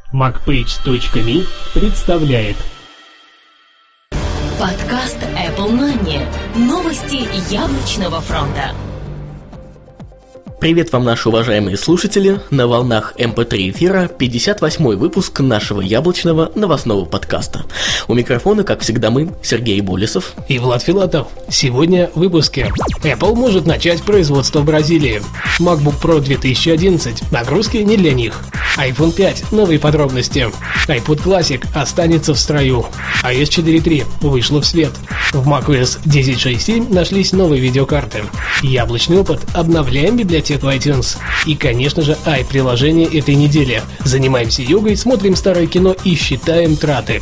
MacPage.me представляет подкаст Apple Money. Новости яблочного фронта. Привет вам, наши уважаемые слушатели! На волнах MP3 эфира 58-й выпуск нашего яблочного новостного подкаста. У микрофона, как всегда, мы, Сергей Болесов и Влад Филатов. Сегодня в выпуске. Apple может начать производство в Бразилии. MacBook Pro 2011. Нагрузки не для них. iPhone 5. Новые подробности. iPod Classic останется в строю. iOS 4.3 вышла в свет. В macOS 10.6.7 нашлись новые видеокарты. Яблочный опыт. Обновляем библиотеку iTunes. И, конечно же, приложение этой недели. Занимаемся йогой, смотрим старое кино и считаем траты.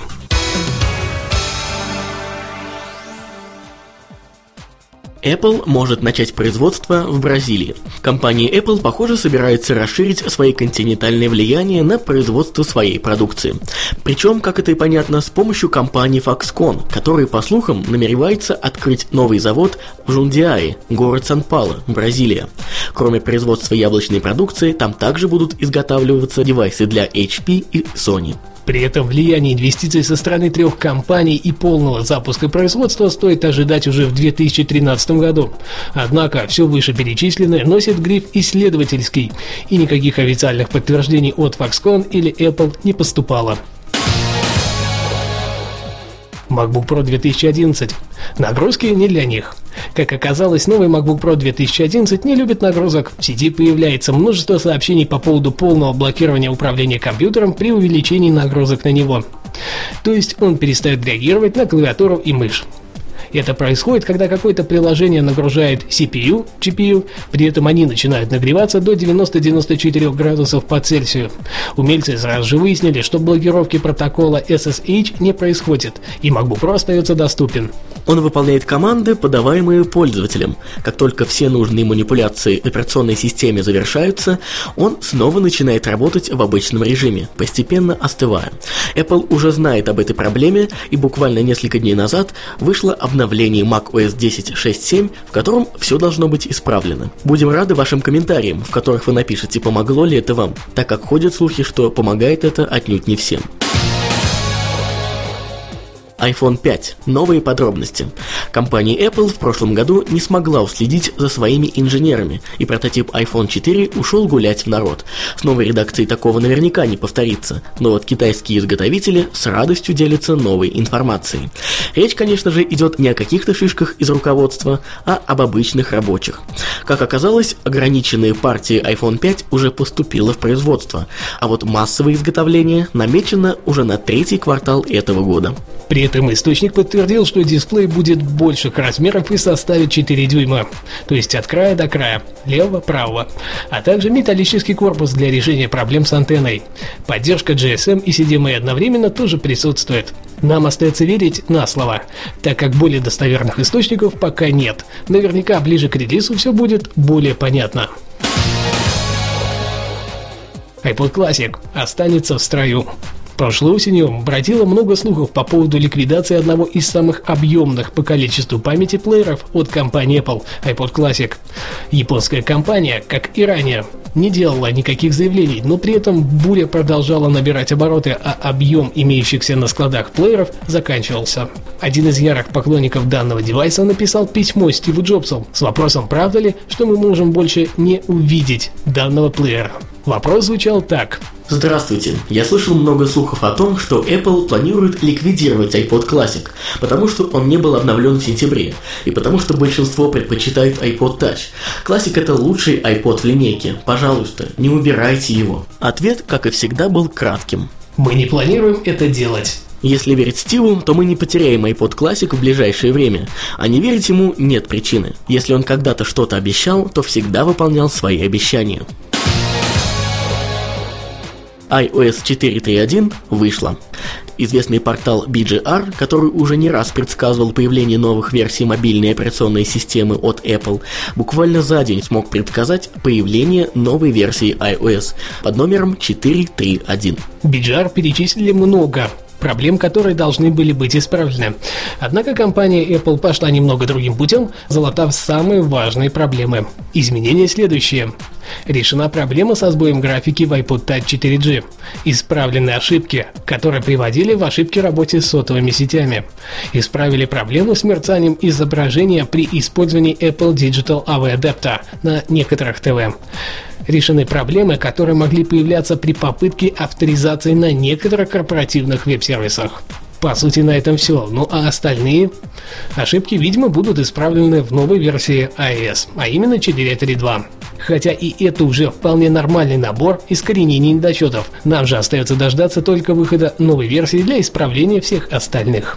Apple может начать производство в Бразилии. Компания Apple, похоже, собирается расширить свои континентальное влияние на производство своей продукции. Причем, как это и понятно, с помощью компании Foxconn, которая, по слухам, намеревается открыть новый завод в Жундиаи, город Сан-Паулу, Бразилия. Кроме производства яблочной продукции, там также будут изготавливаться девайсы для HP и Sony. При этом влияние инвестиций со стороны 3 компаний и полного запуска производства стоит ожидать уже в 2013 году. Однако все вышеперечисленное носит гриф «исследовательский», и никаких официальных подтверждений от Foxconn или Apple не поступало. MacBook Pro 2011. Нагрузки не для них. Как оказалось, новый MacBook Pro 2011 не любит нагрузок. В сети появляется множество сообщений по поводу полного блокирования управления компьютером при увеличении нагрузок на него. То есть он перестает реагировать на клавиатуру и мышь. Это происходит, когда какое-то приложение нагружает CPU, GPU, при этом они начинают нагреваться до 90-94 градусов по Цельсию. Умельцы сразу же выяснили, что блокировки протокола SSH не происходит, и MacBook Pro остается доступен. Он выполняет команды, подаваемые пользователем. Как только все нужные манипуляции в операционной системе завершаются, он снова начинает работать в обычном режиме, постепенно остывая. Apple уже знает об этой проблеме, и буквально несколько дней назад вышло обновление macOS 10.6.7, в котором все должно быть исправлено. Будем рады вашим комментариям, в которых вы напишите, помогло ли это вам, так как ходят слухи, что помогает это отнюдь не всем. iPhone 5. Новые подробности. Компания Apple в прошлом году не смогла уследить за своими инженерами, и прототип iPhone 4 ушел гулять в народ. С новой редакцией такого наверняка не повторится, но вот китайские изготовители с радостью делятся новой информацией. Речь, конечно же, идет не о каких-то шишках из руководства, а об обычных рабочих. Как оказалось, ограниченная партия iPhone 5 уже поступила в производство, а вот массовое изготовление намечено уже на 3-й квартал этого года. При этом источник подтвердил, что дисплей будет больших размеров и составит 4 дюйма, то есть от края до края, левого-правого, а также металлический корпус для решения проблем с антенной. Поддержка GSM и CDMA одновременно тоже присутствует. Нам остается верить на слово, так как более достоверных источников пока нет. Наверняка ближе к релизу все будет более понятно. iPod Classic останется в строю. Прошлой осенью бродило много слухов по поводу ликвидации одного из самых объемных по количеству памяти плееров от компании Apple, iPod Classic. Японская компания, как и ранее, не делала никаких заявлений, но при этом буря продолжала набирать обороты, а объем имеющихся на складах плееров заканчивался. Один из ярых поклонников данного девайса написал письмо Стиву Джобсу с вопросом, правда ли, что мы можем больше не увидеть данного плеера. Вопрос звучал так. Здравствуйте. Я слышал много слухов о том, что Apple планирует ликвидировать iPod Classic, потому что он не был обновлен в сентябре, и потому что большинство предпочитает iPod Touch. Classic — это лучший iPod в линейке. Пожалуйста, не убирайте его. Ответ, как и всегда, был кратким. Мы не планируем это делать. Если верить Стиву, то мы не потеряем iPod Classic в ближайшее время, а не верить ему нет причины. Если он когда-то что-то обещал, то всегда выполнял свои обещания. iOS 4.3.1 вышла. Известный портал BGR, который уже не раз предсказывал появление новых версий мобильной операционной системы от Apple, буквально за день смог предсказать появление новой версии iOS под номером 4.3.1. BGR перечислили много проблем, которые должны были быть исправлены. Однако компания Apple пошла немного другим путем, залатав самые важные проблемы. Изменения следующие. Решена проблема со сбоем графики в iPod Touch 4G. Исправлены ошибки, которые приводили в ошибки работе с сотовыми сетями. Исправили проблему с мерцанием изображения при использовании Apple Digital AV Adapter на некоторых ТВ. Решены проблемы, которые могли появляться при попытке авторизации на некоторых корпоративных веб-сервисах. По сути, на этом все. Ну а остальные ошибки, видимо, будут исправлены в новой версии iOS, а именно 4.3.2. Хотя и это уже вполне нормальный набор искоренений недочетов. Нам же остается дождаться только выхода новой версии для исправления всех остальных.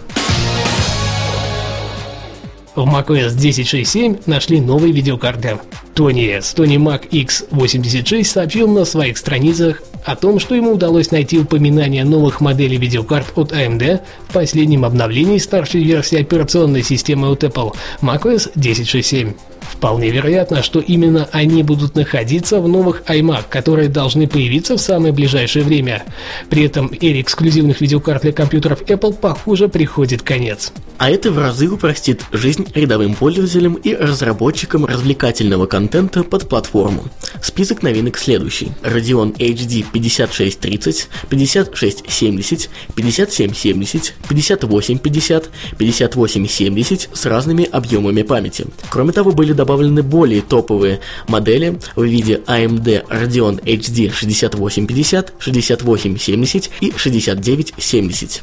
В macOS 10.6.7 нашли новые видеокарты. Tony Mac X86 сообщил на своих страницах о том, что ему удалось найти упоминание новых моделей видеокарт от AMD в последнем обновлении старшей версии операционной системы от Apple macOS 10.6.7. Вполне вероятно, что именно они будут находиться в новых iMac, которые должны появиться в самое ближайшее время. При этом эре эксклюзивных видеокарт для компьютеров Apple, похоже, приходит конец. А это в разы упростит жизнь рядовым пользователям и разработчикам развлекательного контента под платформу. Список новинок следующий. Radeon HD 5630, 5670, 5770, 5850, 5870 с разными объемами памяти. Кроме того, были добавлены более топовые модели в виде AMD Radeon HD 6850, 6870 и 6970.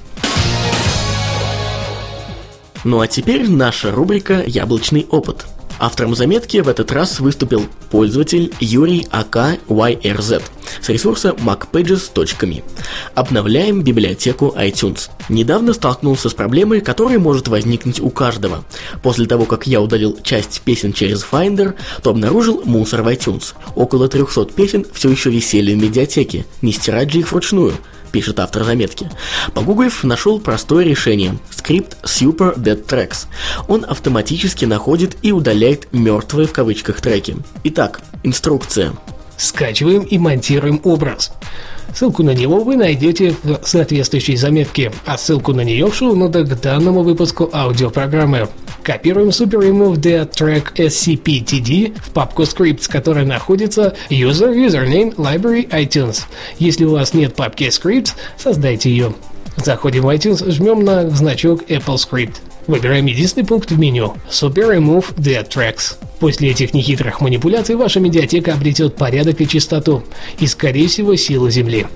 Ну а теперь наша рубрика «Яблочный опыт». Автором заметки в этот раз выступил пользователь Юрий АК-YRZ с ресурса macpages.me. Обновляем библиотеку iTunes. Недавно столкнулся с проблемой, которая может возникнуть у каждого. После того, как я удалил часть песен через Finder, то обнаружил мусор в iTunes. Около 300 песен все еще висели в медиатеке, не стирать же их вручную, пишет автор заметки. Погуглив, нашел простое решение – скрипт Super Dead Tracks. Он автоматически находит и удаляет «мертвые» в кавычках треки. Итак, инструкция. Скачиваем и монтируем образ. Ссылку на него вы найдете в соответствующей заметке, а ссылку на нее в шоу-нотах к данному выпуску аудиопрограммы. Копируем Super Remove Dead Track SCP-TD в папку Scripts, которая находится Username Library iTunes. Если у вас нет папки Scripts, создайте ее. Заходим в iTunes, жмем на значок Apple Script. Выбираем единственный пункт в меню Super Remove Dead Tracks. После этих нехитрых манипуляций ваша медиатека обретет порядок и чистоту, и, скорее всего, силу Земли.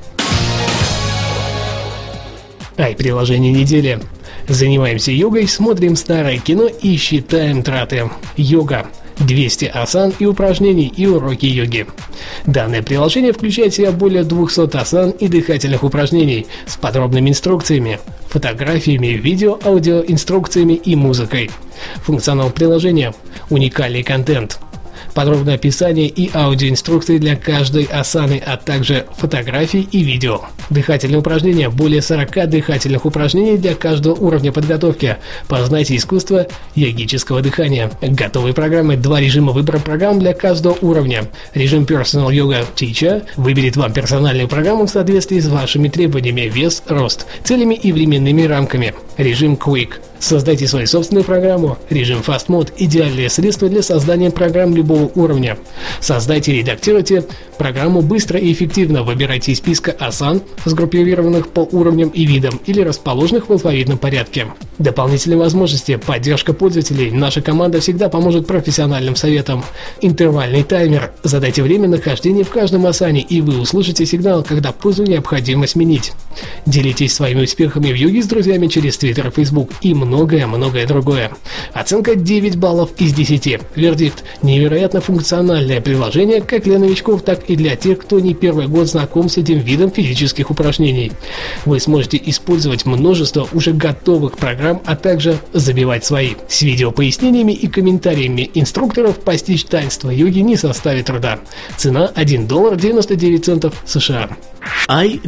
Приложение недели. Занимаемся йогой, смотрим старое кино и считаем траты. Йога. 200 асан и упражнений и уроки йоги. Данное приложение включает в себя более 200 асан и дыхательных упражнений с подробными инструкциями, фотографиями, видео, аудио, инструкциями и музыкой. Функционал приложения. Уникальный контент. Подробное описание и аудиоинструкции для каждой асаны, а также фотографии и видео. Дыхательные упражнения. Более 40 дыхательных упражнений для каждого уровня подготовки. Познайте искусство йогического дыхания. Готовые программы. 2 режима выбора программ для каждого уровня. Режим Personal Yoga Teacher выберет вам персональную программу в соответствии с вашими требованиями: вес, рост, целями и временными рамками. Режим Quick. Создайте свою собственную программу. Режим Fast Mode – идеальное средство для создания программ любого уровня. Создайте и редактируйте программу быстро и эффективно. Выбирайте из списка асан, сгруппированных по уровням и видам или расположенных в алфавитном порядке. Дополнительные возможности. Поддержка пользователей. Наша команда всегда поможет профессиональным советам. Интервальный таймер. Задайте время нахождения в каждом асане, и вы услышите сигнал, когда позу необходимо сменить. Делитесь своими успехами в йоге с друзьями через Twitter и Facebook и многое другое. Оценка 9 баллов из 10. Вердикт: невероятно функциональное приложение как для новичков, так и для тех, кто не первый год знаком с этим видом физических упражнений. Вы сможете использовать множество уже готовых программ, а также забивать свои. С видеопояснениями и комментариями инструкторов постичь таинство йоги не составит труда. Цена $1.99 США.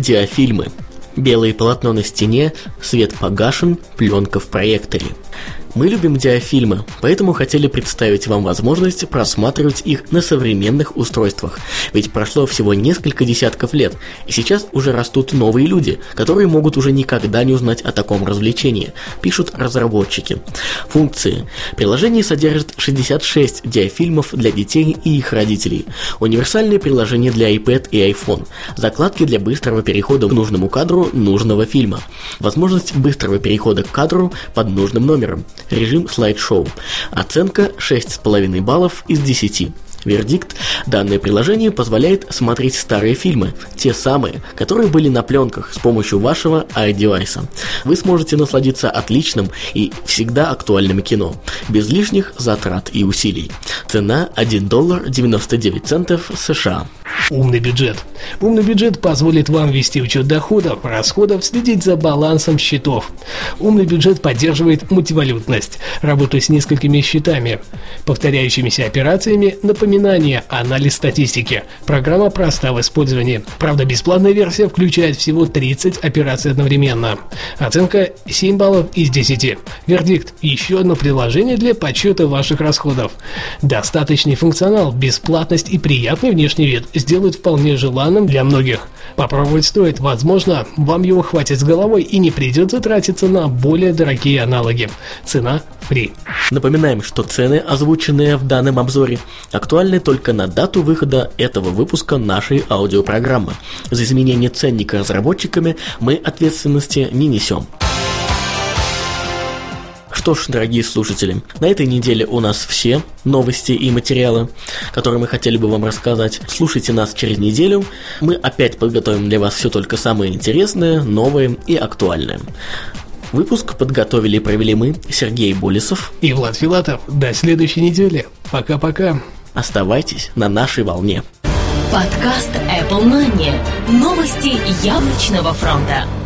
Диафильмы. Белое полотно на стене, свет погашен, пленка в проекторе. Мы любим диафильмы, поэтому хотели представить вам возможность просматривать их на современных устройствах. Ведь прошло всего несколько десятков лет, и сейчас уже растут новые люди, которые могут уже никогда не узнать о таком развлечении, пишут разработчики. Функции. Приложение содержит 66 диафильмов для детей и их родителей, универсальные приложения для iPad и iPhone, закладки для быстрого перехода к нужному кадру нужного фильма, возможность быстрого перехода к кадру под нужным номером, режим слайд-шоу, оценка 6,5 баллов из 10. Вердикт. Данное приложение позволяет смотреть старые фильмы, те самые, которые были на пленках, с помощью вашего iDevice. Вы сможете насладиться отличным и всегда актуальным кино, без лишних затрат и усилий. Цена $1.99 США. Умный бюджет. Умный бюджет позволит вам вести учет доходов, расходов, следить за балансом счетов. Умный бюджет поддерживает мультивалютность, работу с несколькими счетами, повторяющимися операциями, напоминания, анализ статистики. Программа проста в использовании. Правда, бесплатная версия включает всего 30 операций одновременно. Оценка 7 баллов из 10. Вердикт. Еще одно приложение для подсчета ваших расходов. Достаточный функционал, бесплатность и приятный внешний вид сделают вполне желанным для многих. Попробовать стоит. Возможно, вам его хватит с головой и не придется тратиться на более дорогие аналоги. Цена free. Напоминаем, что цены, озвученные в данном обзоре, актуальны только на дату выхода этого выпуска нашей аудиопрограммы. За изменение ценника разработчиками мы ответственности не несем. Что ж, дорогие слушатели, на этой неделе у нас все новости и материалы, которые мы хотели бы вам рассказать. Слушайте нас через неделю. Мы опять подготовим для вас все только самое интересное, новое и актуальное. Выпуск подготовили и провели мы, Сергей Болесов и Влад Филатов. До следующей недели. Пока-пока. Оставайтесь на нашей волне. Подкаст Apple Money. Новости яблочного фронта.